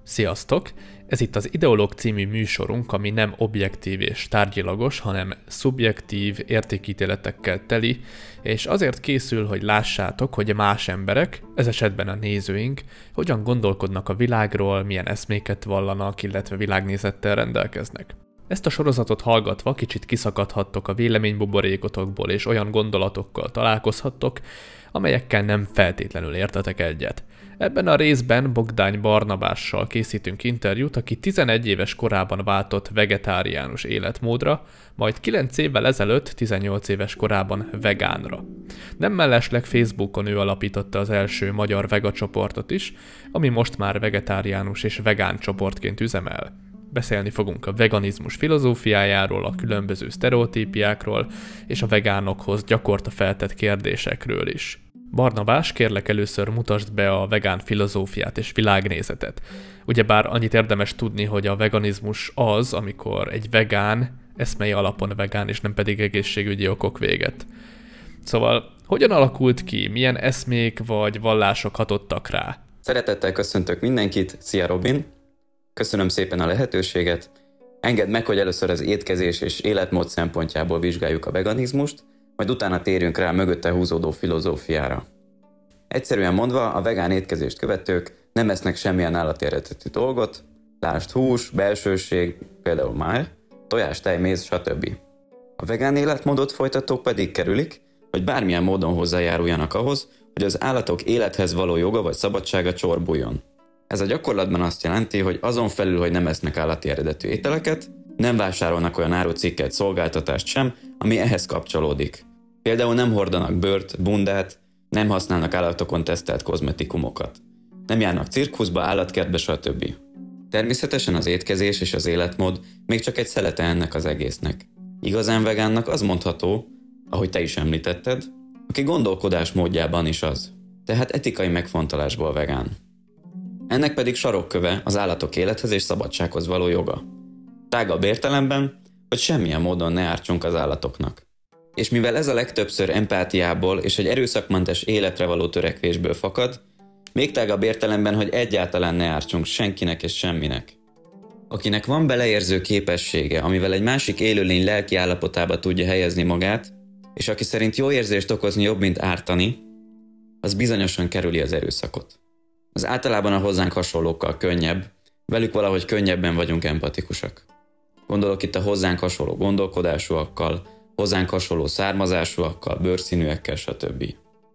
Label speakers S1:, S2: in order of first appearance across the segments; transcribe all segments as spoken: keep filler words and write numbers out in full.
S1: Sziasztok! Ez itt az Ideológ című műsorunk, ami nem objektív és tárgyilagos, hanem szubjektív értékítéletekkel teli, és azért készül, hogy lássátok, hogy más emberek, ez esetben a nézőink, hogyan gondolkodnak a világról, milyen eszméket vallanak, illetve világnézettel rendelkeznek. Ezt a sorozatot hallgatva kicsit kiszakadhattok a véleménybuborékotokból, és olyan gondolatokkal találkozhattok, amelyekkel nem feltétlenül értetek egyet. Ebben a részben Bogdány Barnabással készítünk interjút, aki tizenegy éves korában váltott vegetáriánus életmódra, majd kilenc évvel ezelőtt tizennyolc éves korában vegánra. Nem mellesleg Facebookon ő alapította az első magyar vega csoportot is, ami most már vegetáriánus és vegán csoportként üzemel. Beszélni fogunk a veganizmus filozófiájáról, a különböző sztereotípiákról és a vegánokhoz gyakorta feltett kérdésekről is. Barnabás, kérlek először mutasd be a vegán filozófiát és világnézetet. Ugyebár annyit érdemes tudni, hogy a veganizmus az, amikor egy vegán, eszmei alapon vegán, és nem pedig egészségügyi okok véget. Szóval, hogyan alakult ki, milyen eszmék vagy vallások hatottak rá?
S2: Szeretettel köszöntök mindenkit, szia Robin! Köszönöm szépen a lehetőséget. Engedd meg, hogy először az étkezés és életmód szempontjából vizsgáljuk a veganizmust, majd utána térjünk rá a mögötte húzódó filozófiára. Egyszerűen mondva, a vegán étkezést követők nem esznek semmilyen állati eredetű dolgot, lásd hús, belsőség, például máj, tojás, tej, méz, stb. A vegán életmódot folytatók pedig kerülik, hogy bármilyen módon hozzájáruljanak ahhoz, hogy az állatok élethez való joga vagy szabadsága csorbuljon. Ez a gyakorlatban azt jelenti, hogy azon felül, hogy nem esznek állati eredetű ételeket, nem vásárolnak olyan árucikket, szolgáltatást sem, ami ehhez kapcsolódik. Például nem hordanak bőrt, bundát, nem használnak állatokon tesztelt kozmetikumokat. Nem járnak cirkuszba, állatkertbe, stb. Természetesen az étkezés és az életmód még csak egy szelete ennek az egésznek. Igazán vegánnak az mondható, ahogy te is említetted, aki gondolkodás módjában is az. Tehát etikai megfontolásból vegán. Ennek pedig sarokköve az állatok élethez és szabadsághoz való joga. Tágabb értelemben, hogy semmilyen módon ne ártsunk az állatoknak. És mivel ez a legtöbbször empátiából és egy erőszakmentes életre való törekvésből fakad, még tágabb értelemben, hogy egyáltalán ne ártsunk senkinek és semminek. Akinek van beleérző képessége, amivel egy másik élőlény lelki állapotába tudja helyezni magát, és aki szerint jó érzést okozni jobb, mint ártani, az bizonyosan kerüli az erőszakot. Az általában a hozzánk hasonlókkal könnyebb, velük valahogy könnyebben vagyunk empatikusak. Gondolok itt a hozzánk hasonló gondolkodásúakkal, hozzánk hasonló származásúakkal, bőrszínűekkel, stb.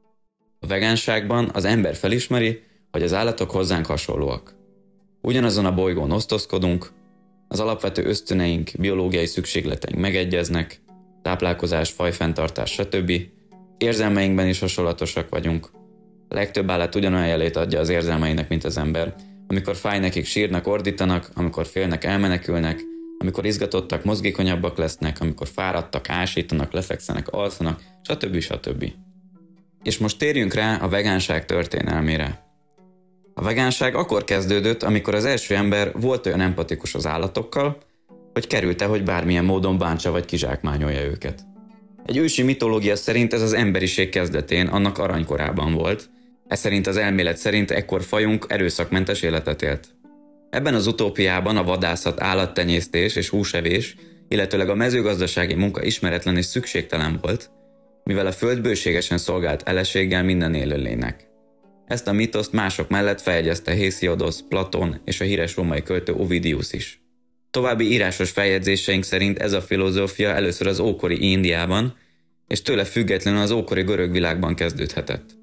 S2: A vegánságban az ember felismeri, hogy az állatok hozzánk hasonlóak. Ugyanazon a bolygón osztozkodunk, az alapvető ösztöneink, biológiai szükségleteink megegyeznek, táplálkozás, fajfenntartás, stb. Érzelmeinkben is hasonlatosak vagyunk. A legtöbb állat ugyanolyan jelét adja az érzelmeinek, mint az ember. Amikor fáj nekik, sírnak, ordítanak, amikor félnek, elmenekülnek, amikor izgatottak, mozgékonyabbak lesznek, amikor fáradtak, ásítanak, lefekszenek, alszanak, stb. stb. És most térjünk rá a vegánság történelmére. A vegánság akkor kezdődött, amikor az első ember volt olyan empatikus az állatokkal, hogy kerülte, hogy bármilyen módon bántsa vagy kizsákmányolja őket. Egy ősi mitológia szerint ez az emberiség kezdetén, annak aranykorában volt, ez szerint az elmélet szerint ekkor fajunk erőszakmentes életet élt. Ebben az utópiában a vadászat, állattenyésztés és húsevés, illetőleg a mezőgazdasági munka ismeretlen és szükségtelen volt, mivel a föld bőségesen szolgált eleséggel minden élőlénynek. Ezt a mitoszt mások mellett feljegyezte Hésziodosz, Platón és a híres római költő Ovidius is. További írásos feljegyzéseink szerint ez a filozófia először az ókori Indiában, és tőle függetlenül az ókori görög világban kezdődhetett.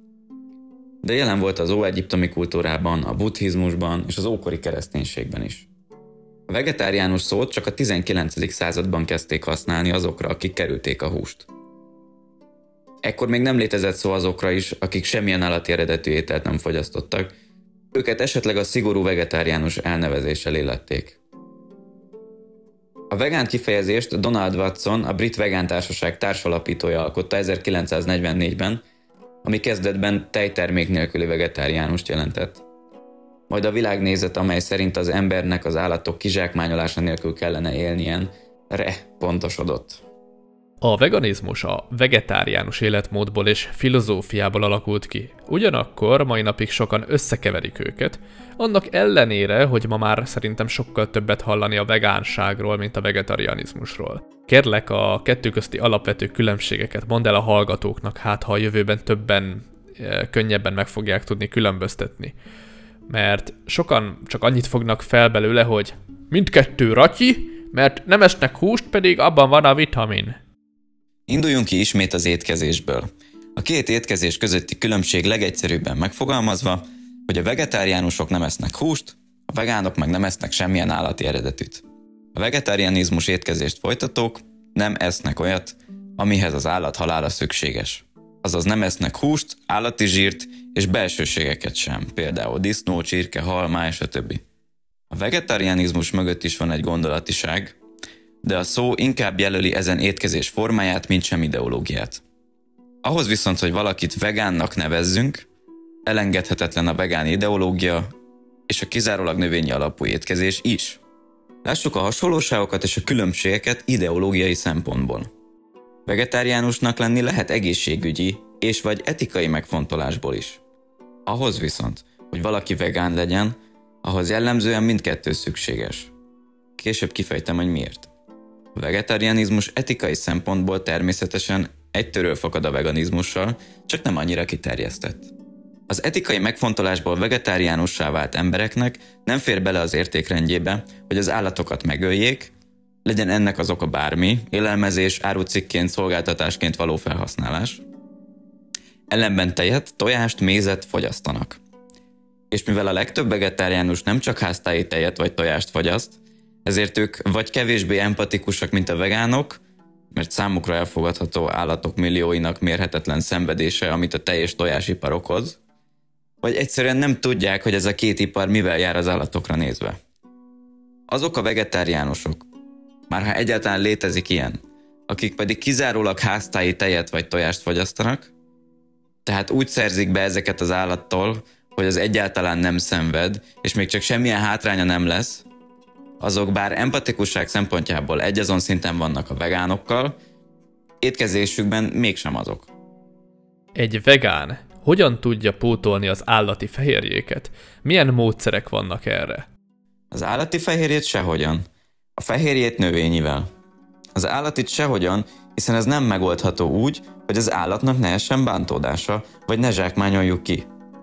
S2: De jelen volt az óegyiptomi kultúrában, a buddhizmusban és az ókori kereszténységben is. A vegetáriánus szót csak a tizenkilencedik században kezdték használni azokra, akik kerülték a húst. Ekkor még nem létezett szó azokra is, akik semmilyen állati eredetű ételt nem fogyasztottak, őket esetleg a szigorú vegetáriánus elnevezéssel illették. A vegán kifejezést Donald Watson, a Brit Vegán Társaság társalapítója alkotta ezerkilencszáznegyvennégyben, ami kezdetben tejtermék nélküli vegetáriánust jelentett. Majd a világnézet, amely szerint az embernek az állatok kizsákmányolása nélkül kellene élnien, re pontosodott.
S1: A veganizmus a vegetáriánus életmódból és filozófiából alakult ki. Ugyanakkor mai napig sokan összekeverik őket, annak ellenére, hogy ma már szerintem sokkal többet hallani a vegánságról, mint a vegetarianizmusról. Kérlek, a kettő közti alapvető különbségeket mondd el a hallgatóknak, hát ha a jövőben többen e, könnyebben meg fogják tudni különböztetni. Mert sokan csak annyit fognak fel belőle, hogy mindkettő ratyi, mert nem esznek húst, pedig abban van a vitamin.
S2: Induljunk ki ismét az étkezésből. A két étkezés közötti különbség legegyszerűbben megfogalmazva, hogy a vegetáriánusok nem esznek húst, a vegánok meg nem esznek semmilyen állati eredetűt. A vegetarianizmus étkezést folytatók nem esznek olyat, amihez az állat halála szükséges. Azaz nem esznek húst, állati zsírt és belsőségeket sem, például disznó, csirke, hal, máj, stb. A vegetarianizmus mögött is van egy gondolatiság, de a szó inkább jelöli ezen étkezés formáját, mint sem ideológiát. Ahhoz viszont, hogy valakit vegánnak nevezzünk, elengedhetetlen a vegán ideológia és a kizárólag növényi alapú étkezés is. Lássuk a hasonlóságokat és a különbségeket ideológiai szempontból. Vegetáriánusnak lenni lehet egészségügyi és vagy etikai megfontolásból is. Ahhoz viszont, hogy valaki vegán legyen, ahhoz jellemzően mindkettő szükséges. Később kifejtem, hogy miért. A vegetarianizmus etikai szempontból természetesen egytőről fakad a veganizmussal, csak nem annyira kiterjesztett. Az etikai megfontolásból vegetáriánussá vált embereknek nem fér bele az értékrendjébe, hogy az állatokat megöljék, legyen ennek az oka bármi, élelmezés, árucikként, szolgáltatásként való felhasználás. Ellenben tejet, tojást, mézet fogyasztanak. És mivel a legtöbb vegetáriánus nem csak háztáji tejet vagy tojást fogyaszt, ezért ők vagy kevésbé empatikusak, mint a vegánok, mert számukra elfogadható állatok millióinak mérhetetlen szenvedése, amit a tej és tojásipar okoz, vagy egyszerűen nem tudják, hogy ez a két ipar mivel jár az állatokra nézve. Azok a vegetáriánusok, már ha egyáltalán létezik ilyen, akik pedig kizárólag háztáji tejet vagy tojást fogyasztanak, tehát úgy szerzik be ezeket az állattól, hogy az egyáltalán nem szenved, és még csak semmilyen hátránya nem lesz, azok bár empatikusság szempontjából egyazon szinten vannak a vegánokkal, étkezésükben mégsem azok.
S1: Egy vegán hogyan tudja pótolni az állati fehérjéket? Milyen módszerek vannak erre?
S2: Az állati fehérjét sehogyan. A fehérjét növényivel. Az állatit sehogyan, hiszen ez nem megoldható úgy, hogy az állatnak ne essen bántódása, vagy ne zsákmányoljuk ki.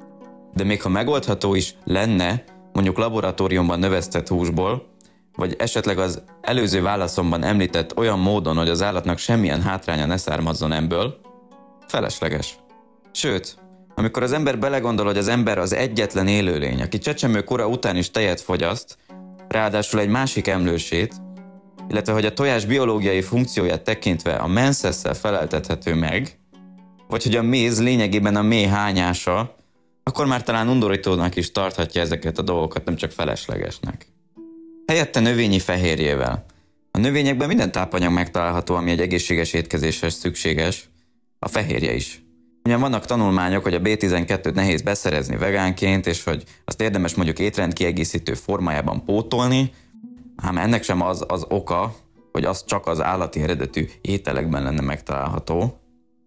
S2: De még ha megoldható is lenne, mondjuk laboratóriumban növesztett húsból, vagy esetleg az előző válaszomban említett olyan módon, hogy az állatnak semmilyen hátránya ne származzon ebből, felesleges. Sőt, amikor az ember belegondol, hogy az ember az egyetlen élőlény, aki csecsemő kora után is tejet fogyaszt, ráadásul egy másik emlősét, illetve hogy a tojás biológiai funkcióját tekintve a menszesszel feleltethető meg, vagy hogy a méz lényegében a méh hányása, akkor már talán undorítónak is tarthatja ezeket a dolgokat, nem csak feleslegesnek. Helyette növényi fehérjével. A növényekben minden tápanyag megtalálható, ami egy egészséges étkezéshez szükséges, a fehérje is. Ugyan vannak tanulmányok, hogy a bé tizenkettőt nehéz beszerezni vegánként, és hogy azt érdemes mondjuk étrendkiegészítő formájában pótolni, ám ennek sem az az oka, hogy az csak az állati eredetű ételekben lenne megtalálható.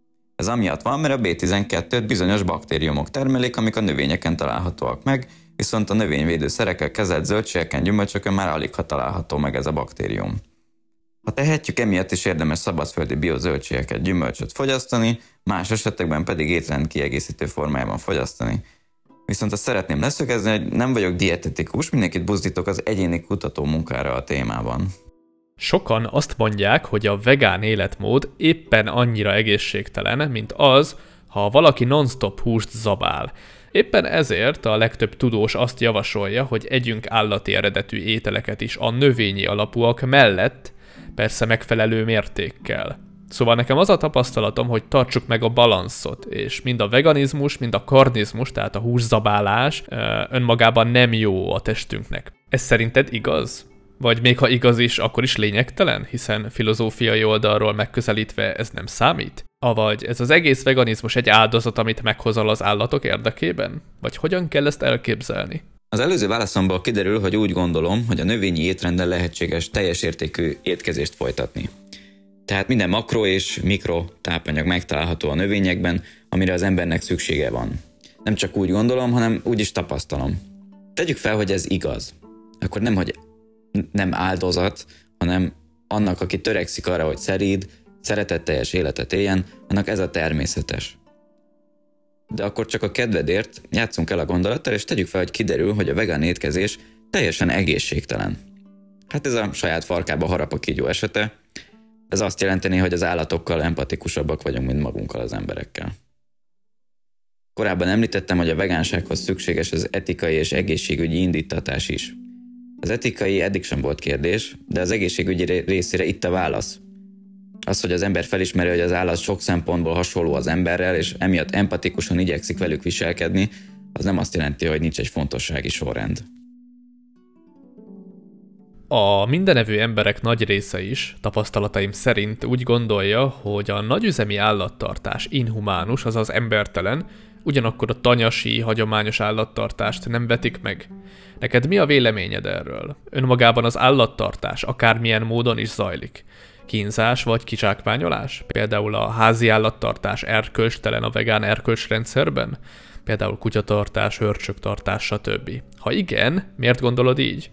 S2: Ez amiatt van, mert a bé tizenkettőt bizonyos baktériumok termelik, amik a növényeken találhatóak meg, viszont a növényvédőszerekkel kezelt zöldségeken, gyümölcsökön már aligha található meg ez a baktérium. Ha tehetjük, emiatt is érdemes szabadföldi biozöldségeket, gyümölcsöt fogyasztani, más esetekben pedig étrend kiegészítő formájában fogyasztani. Viszont azt szeretném leszögezni, hogy nem vagyok dietetikus, mindenkit buzdítok az egyéni kutató munkára a témában.
S1: Sokan azt mondják, hogy a vegán életmód éppen annyira egészségtelen, mint az, ha valaki non-stop húst zabál. Éppen ezért a legtöbb tudós azt javasolja, hogy együnk állati eredetű ételeket is a növényi alapúak mellett, persze megfelelő mértékkel. Szóval nekem az a tapasztalatom, hogy tartsuk meg a balanszot, és mind a veganizmus, mind a karnizmus, tehát a húszabálás önmagában nem jó a testünknek. Ez szerinted igaz? Vagy még ha igaz is, akkor is lényegtelen, hiszen filozófiai oldalról megközelítve ez nem számít? Avagy ez az egész veganizmus egy áldozat, amit meghozol az állatok érdekében? Vagy hogyan kell ezt elképzelni?
S2: Az előző válaszomból kiderül, hogy úgy gondolom, hogy a növényi étrenden lehetséges teljes értékű étkezést folytatni. Tehát minden makro és mikro tápanyag megtalálható a növényekben, amire az embernek szüksége van. Nem csak úgy gondolom, hanem úgy is tapasztalom. Tegyük fel, hogy ez igaz. Akkor nem, hogy nem áldozat, hanem annak, aki törekszik arra, hogy szeríd, szeretetteljes életet éljen, annak ez a természetes. De akkor csak a kedvedért játszunk el a gondolattal, és tegyük fel, hogy kiderül, hogy a vegán étkezés teljesen egészségtelen. Hát ez a saját farkába harap a kígyó esete. Ez azt jelenteni, hogy az állatokkal empatikusabbak vagyunk, mint magunkkal, az emberekkel. Korábban említettem, hogy a vegánsághoz szükséges az etikai és egészségügyi indítatás is. Az etikai eddig sem volt kérdés, de az egészségügyi részére itt a válasz. Az, hogy az ember felismeri, hogy az állat sok szempontból hasonló az emberrel, és emiatt empatikusan igyekszik velük viselkedni, az nem azt jelenti, hogy nincs egy fontossági sorrend.
S1: A mindenevő emberek nagy része is, tapasztalataim szerint úgy gondolja, hogy a nagyüzemi állattartás inhumánus, azaz embertelen, ugyanakkor a tanyasi, hagyományos állattartást nem vetik meg. Neked mi a véleményed erről? Önmagában az állattartás akármilyen módon is zajlik. Kínzás vagy kizsákmányolás? Például a házi állattartás erkölcstelen a vegán erkölcsrendszerben? Például kutyatartás, hörcsöktartás, stb. Ha igen, miért gondolod így?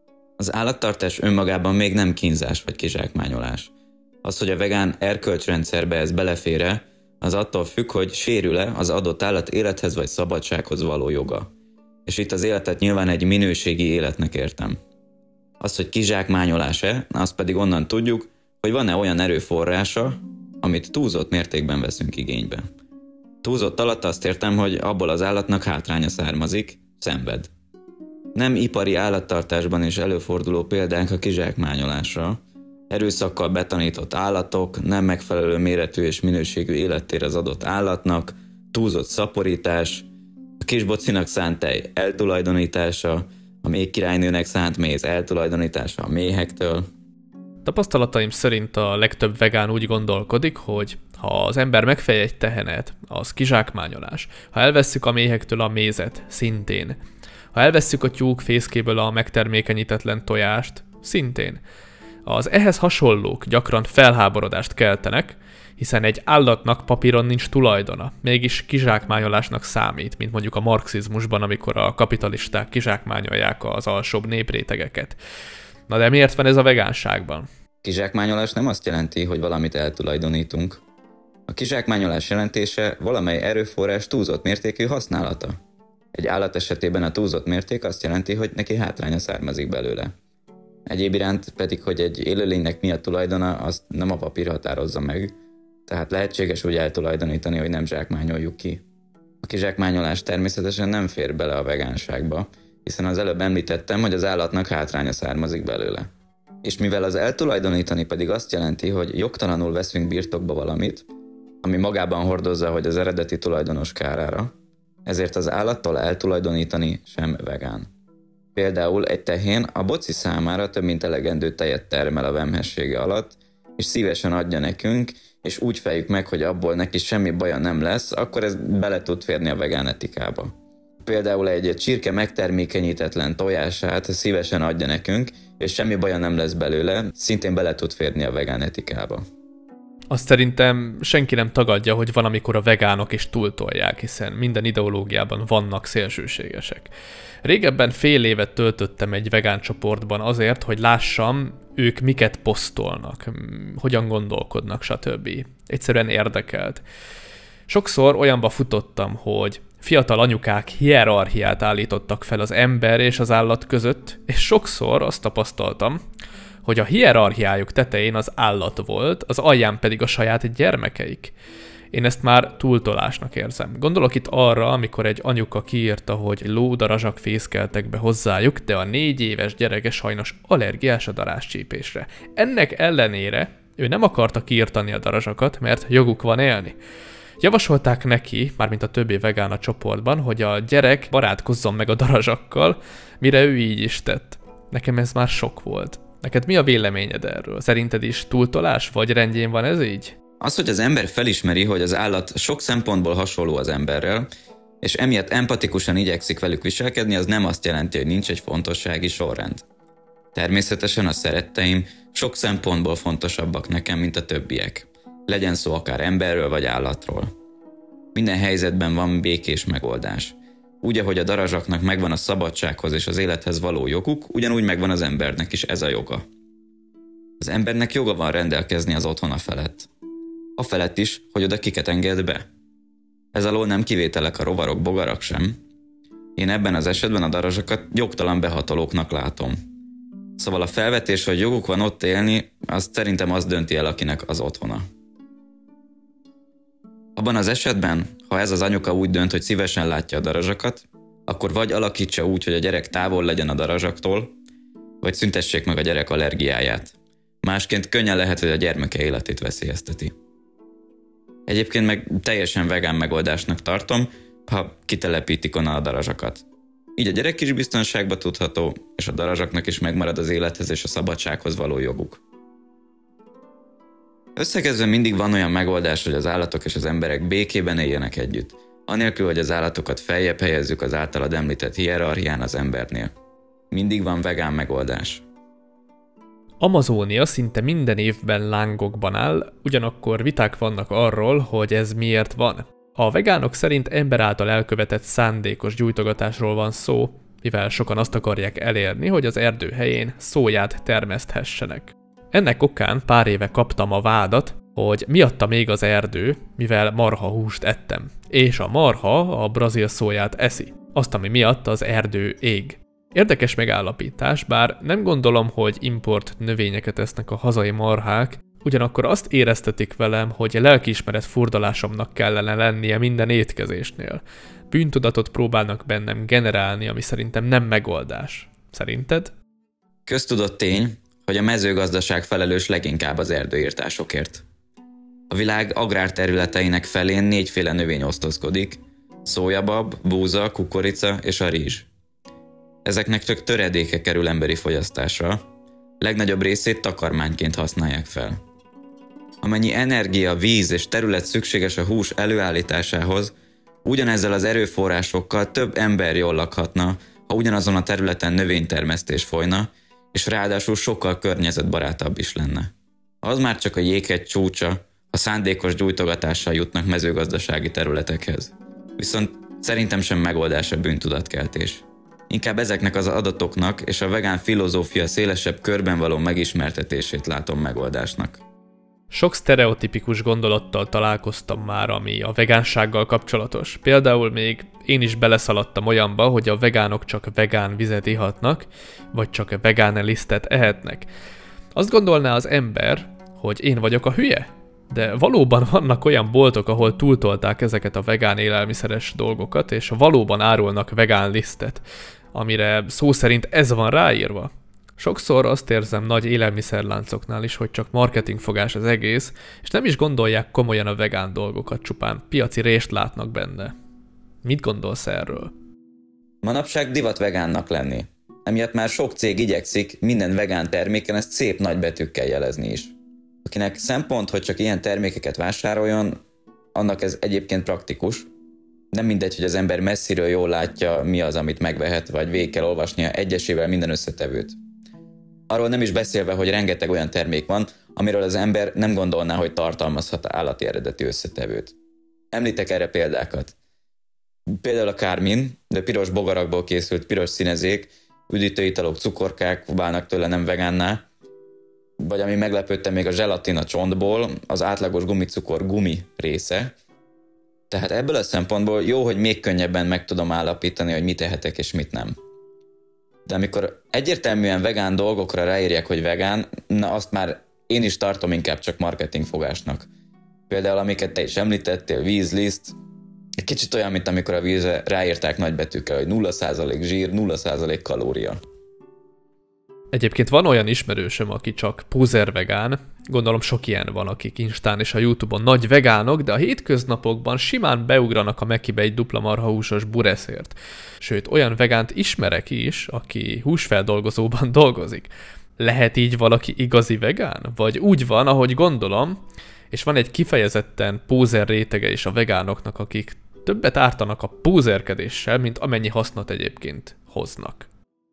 S2: Az állattartás önmagában még nem kínzás vagy kizsákmányolás. Az, hogy a vegán erkölcsrendszerbe ez belefér-e, az attól függ, hogy sérül-e az adott állat élethez vagy szabadsághoz való joga. És itt az életet nyilván egy minőségi életnek értem. Az, hogy kizsákmányolás-e, azt pedig onnan tudjuk, hogy van-e olyan erőforrása, amit túlzott mértékben veszünk igénybe. Túlzott alatt azt értem, hogy abból az állatnak hátránya származik, szenved. Nem ipari állattartásban is előforduló példánk a kizsákmányolásra. Erőszakkal betanított állatok, nem megfelelő méretű és minőségű élettér az adott állatnak, túlzott szaporítás, a kisbocinak szánt tej eltulajdonítása, a méhkirálynőnek szánt méz eltulajdonítása a méhektől.
S1: Tapasztalataim szerint a legtöbb vegán úgy gondolkodik, hogy ha az ember megfej egy tehenet, az kizsákmányolás. Ha elvesszük a méhektől a mézet, szintén. Ha elvesszük a tyúk fészkéből a megtermékenyítetlen tojást, szintén. Az ehhez hasonlók gyakran felháborodást keltenek, hiszen egy állatnak papíron nincs tulajdona, mégis kizsákmányolásnak számít, mint mondjuk a marxizmusban, amikor a kapitalisták kizsákmányolják az alsóbb néprétegeket. Na de miért van ez a vegánságban?
S2: Kizsákmányolás nem azt jelenti, hogy valamit eltulajdonítunk. A kizsákmányolás jelentése valamely erőforrás túlzott mértékű használata. Egy állat esetében a túlzott mérték azt jelenti, hogy neki hátránya származik belőle. Egyéb iránt pedig, hogy egy élőlénynek mi a tulajdona, azt nem a papír határozza meg, tehát lehetséges úgy eltulajdonítani, hogy nem zsákmányoljuk ki. A kizsákmányolás természetesen nem fér bele a vegánságba, hiszen az előbb említettem, hogy az állatnak hátránya származik belőle. És mivel az eltulajdonítani pedig azt jelenti, hogy jogtalanul veszünk birtokba valamit, ami magában hordozza, hogy az eredeti tulajdonos kárára, ezért az állattól eltulajdonítani sem vegán. Például egy tehén a boci számára több mint elegendő tejet termel a vemhessége alatt, és szívesen adja nekünk, és úgy fejük meg, hogy abból neki semmi baja nem lesz, akkor ez bele tud férni a vegán etikába. Például egy csirke megtermékenyítetlen tojását szívesen adja nekünk, és semmi baja nem lesz belőle, szintén bele tud férni a vegán etikába.
S1: Azt szerintem senki nem tagadja, hogy van, amikor a vegánok is túltolják, hiszen minden ideológiában vannak szélsőségesek. Régebben fél évet töltöttem egy vegán csoportban azért, hogy lássam, ők miket posztolnak, hogyan gondolkodnak, stb. Egyszerűen érdekelt. Sokszor olyanba futottam, hogy fiatal anyukák hierarchiát állítottak fel az ember és az állat között, és sokszor azt tapasztaltam, hogy a hierarchiájuk tetején az állat volt, az alján pedig a saját gyermekeik. Én ezt már túltolásnak érzem. Gondolok itt arra, amikor egy anyuka kiírta, hogy lódarazsak fészkeltek be hozzájuk, de a négy éves gyereke sajnos allergiás a darázscsípésre. Ennek ellenére ő nem akarta kiírtani a darazsakat, mert joguk van élni. Javasolták neki, mármint a többi vegán a csoportban, hogy a gyerek barátkozzon meg a darazsakkal, mire ő így is tett. Nekem ez már sok volt. Neked mi a véleményed erről? Szerinted is túltolás, vagy rendjén van ez így?
S2: Az, hogy az ember felismeri, hogy az állat sok szempontból hasonló az emberrel, és emiatt empatikusan igyekszik velük viselkedni, az nem azt jelenti, hogy nincs egy fontossági sorrend. Természetesen a szeretteim sok szempontból fontosabbak nekem, mint a többiek. Legyen szó akár emberről vagy állatról. Minden helyzetben van békés megoldás. Úgy, ahogy a darazsaknak megvan a szabadsághoz és az élethez való joguk, ugyanúgy megvan az embernek is ez a joga. Az embernek joga van rendelkezni az otthona felett. A felett is, hogy oda kiket enged be. Ez alól nem kivételek a rovarok, bogarak sem. Én ebben az esetben a darazsakat jogtalan behatolóknak látom. Szóval a felvetés, hogy joguk van ott élni, azt szerintem az dönti el, akinek az otthona. Abban az esetben, ha ez az anyuka úgy dönt, hogy szívesen látja a darazsakat, akkor vagy alakítsa úgy, hogy a gyerek távol legyen a darazsaktól, vagy szüntessék meg a gyerek allergiáját. Másként könnyen lehet, hogy a gyermeke életét veszélyezteti. Egyébként meg teljesen vegán megoldásnak tartom, ha kitelepítik onnan a darazsakat. Így a gyerek is biztonságba tudható, és a darazsaknak is megmarad az élethez és a szabadsághoz való joguk. Összegezve mindig van olyan megoldás, hogy az állatok és az emberek békében éljenek együtt, anélkül, hogy az állatokat feljebb helyezzük az általad említett hierarchián az embernél. Mindig van vegán megoldás.
S1: Amazónia szinte minden évben lángokban áll, ugyanakkor viták vannak arról, hogy ez miért van. A vegánok szerint ember által elkövetett szándékos gyújtogatásról van szó, mivel sokan azt akarják elérni, hogy az erdő helyén szóját termeszthessenek. Ennek okán pár éve kaptam a vádat, hogy miatta még az erdő, mivel marha húst ettem, és a marha a brazil szóját eszi, azt, ami miatt az erdő ég. Érdekes megállapítás, bár nem gondolom, hogy import növényeket esznek a hazai marhák, ugyanakkor azt éreztetik velem, hogy lelkiismeret furdalásomnak kellene lennie minden étkezésnél. Bűntudatot próbálnak bennem generálni, ami szerintem nem megoldás. Szerinted?
S2: Köztudott tény, hogy a mezőgazdaság felelős leginkább az erdőirtásokért. A világ agrárterületeinek felén négyféle növény osztozkodik: szójabab, búza, kukorica és a rizs. Ezeknek csak töredéke kerül emberi fogyasztásra, legnagyobb részét takarmányként használják fel. Amennyi energia, víz és terület szükséges a hús előállításához, ugyanezzel az erőforrásokkal több ember jól lakhatna, ha ugyanazon a területen növénytermesztés folyna, és ráadásul sokkal környezetbarátabb is lenne. Az már csak a jéghegy csúcsa, ha szándékos gyújtogatással jutnak mezőgazdasági területekhez. Viszont szerintem sem megoldás a bűntudatkeltés. Inkább ezeknek az adatoknak és a vegán filozófia szélesebb körben való megismertetését látom megoldásnak.
S1: Sok sztereotipikus gondolattal találkoztam már, ami a vegánsággal kapcsolatos. Például még én is beleszaladtam olyanba, hogy a vegánok csak vegán vizet ihatnak, vagy csak vegán lisztet ehetnek. Azt gondolná az ember, hogy én vagyok a hülye? De valóban vannak olyan boltok, ahol túltolták ezeket a vegán élelmiszeres dolgokat, és valóban árulnak vegán lisztet, amire szó szerint ez van ráírva. Sokszor azt érzem nagy élelmiszerláncoknál is, hogy csak marketingfogás az egész, és nem is gondolják komolyan a vegán dolgokat, csupán piaci rést látnak benne. Mit gondolsz erről?
S2: Manapság divat vegánnak lenni. Emiatt már sok cég igyekszik minden vegán terméken ezt szép nagy betűkkel jelezni is. Akinek szempont, hogy csak ilyen termékeket vásároljon, annak ez egyébként praktikus. Nem mindegy, hogy az ember messziről jól látja, mi az, amit megvehet, vagy végig kell olvasnia egyesével minden összetevőt. Arról nem is beszélve, hogy rengeteg olyan termék van, amiről az ember nem gondolná, hogy tartalmazhat állati eredetű összetevőt. Említek erre példákat. Például a Carmin, de piros bogarakból készült piros színezék, üdítőitalok, cukorkák válnak tőle nem vegánná, vagy ami meglepődtem, még a zselatin a csontból, az átlagos gumicukor gumi része. Tehát ebből a szempontból jó, hogy még könnyebben meg tudom állapítani, hogy mit ehetek és mit nem. De amikor egyértelműen vegán dolgokra ráírják, hogy vegán, na azt már én is tartom inkább csak marketingfogásnak. Például amiket te is említettél, víz, liszt, egy kicsit olyan, mint amikor a vízre ráírták nagybetűkkel, hogy nulla százalék zsír, nulla százalék kalória.
S1: Egyébként van olyan ismerősöm, aki csak pózer vegán, gondolom sok ilyen van, akik Instán és a YouTube-on nagy vegánok, de a hétköznapokban simán beugranak a Mekibe egy dupla marhahúsos bureszért. Sőt, olyan vegánt ismerek is, aki húsfeldolgozóban dolgozik. Lehet így valaki igazi vegán? Vagy úgy van, ahogy gondolom, és van egy kifejezetten pózer rétege is a vegánoknak, akik többet ártanak a pózerkedéssel, mint amennyi hasznot egyébként hoznak.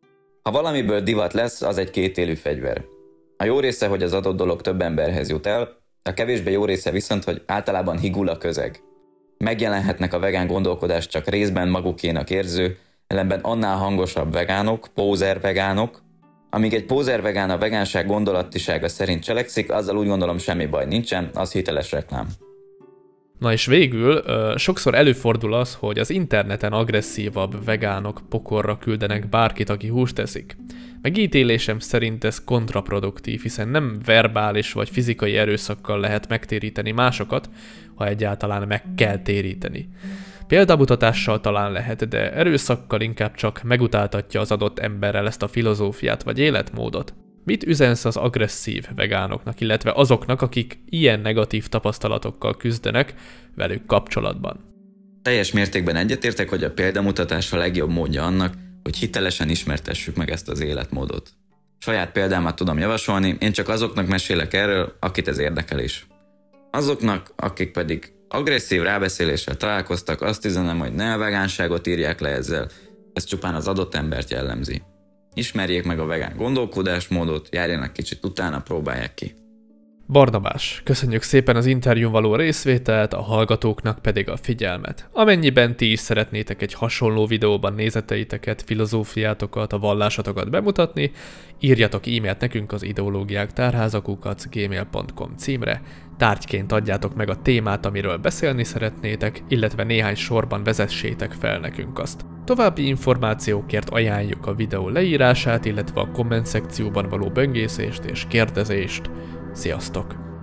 S2: Ha valamiből divat lesz, az egy kétélű fegyver. A jó része, hogy az adott dolog több emberhez jut el, a kevésbé jó része viszont, hogy általában higul a közeg. Megjelenhetnek a vegán gondolkodást csak részben magukénak érző, ellenben annál hangosabb vegánok, pózer vegánok. Amíg egy pózer vegán a vegánság gondolattisága szerint cselekszik, azzal úgy gondolom semmi baj nincsen, az hiteles reklám.
S1: Na és végül, sokszor előfordul az, hogy az interneten agresszívabb vegánok pokorra küldenek bárkit, aki húst eszik. Megítélésem szerint ez kontraproduktív, hiszen nem verbális vagy fizikai erőszakkal lehet megtéríteni másokat, ha egyáltalán meg kell téríteni. Példamutatással talán lehet, de erőszakkal inkább csak megutáltatja az adott emberrel ezt a filozófiát vagy életmódot. Mit üzensz az agresszív vegánoknak, illetve azoknak, akik ilyen negatív tapasztalatokkal küzdenek velük kapcsolatban?
S2: Teljes mértékben egyetértek, hogy a példamutatás a legjobb módja annak, hogy hitelesen ismertessük meg ezt az életmódot. Saját példámat tudom javasolni, én csak azoknak mesélek erről, akit ez érdekel is. Azoknak, akik pedig agresszív rábeszéléssel találkoztak, azt üzenem, hogy ne a vegánságot írják le ezzel, ez csupán az adott embert jellemzi. Ismerjék meg a vegán gondolkodásmódot, járjanak kicsit utána, próbálják ki.
S1: Barnabás, köszönjük szépen az interjún való részvételt, a hallgatóknak pedig a figyelmet. Amennyiben ti is szeretnétek egy hasonló videóban nézeteiteket, filozófiátokat, a vallásatokat bemutatni, írjatok e-mailt nekünk az ideológiák tárháza kukac gmail pont com címre, tárgyként adjátok meg a témát, amiről beszélni szeretnétek, illetve néhány sorban vezessétek fel nekünk azt. További információkért ajánljuk a videó leírását, illetve a komment szekcióban való böngészést és kérdezést. Sziasztok!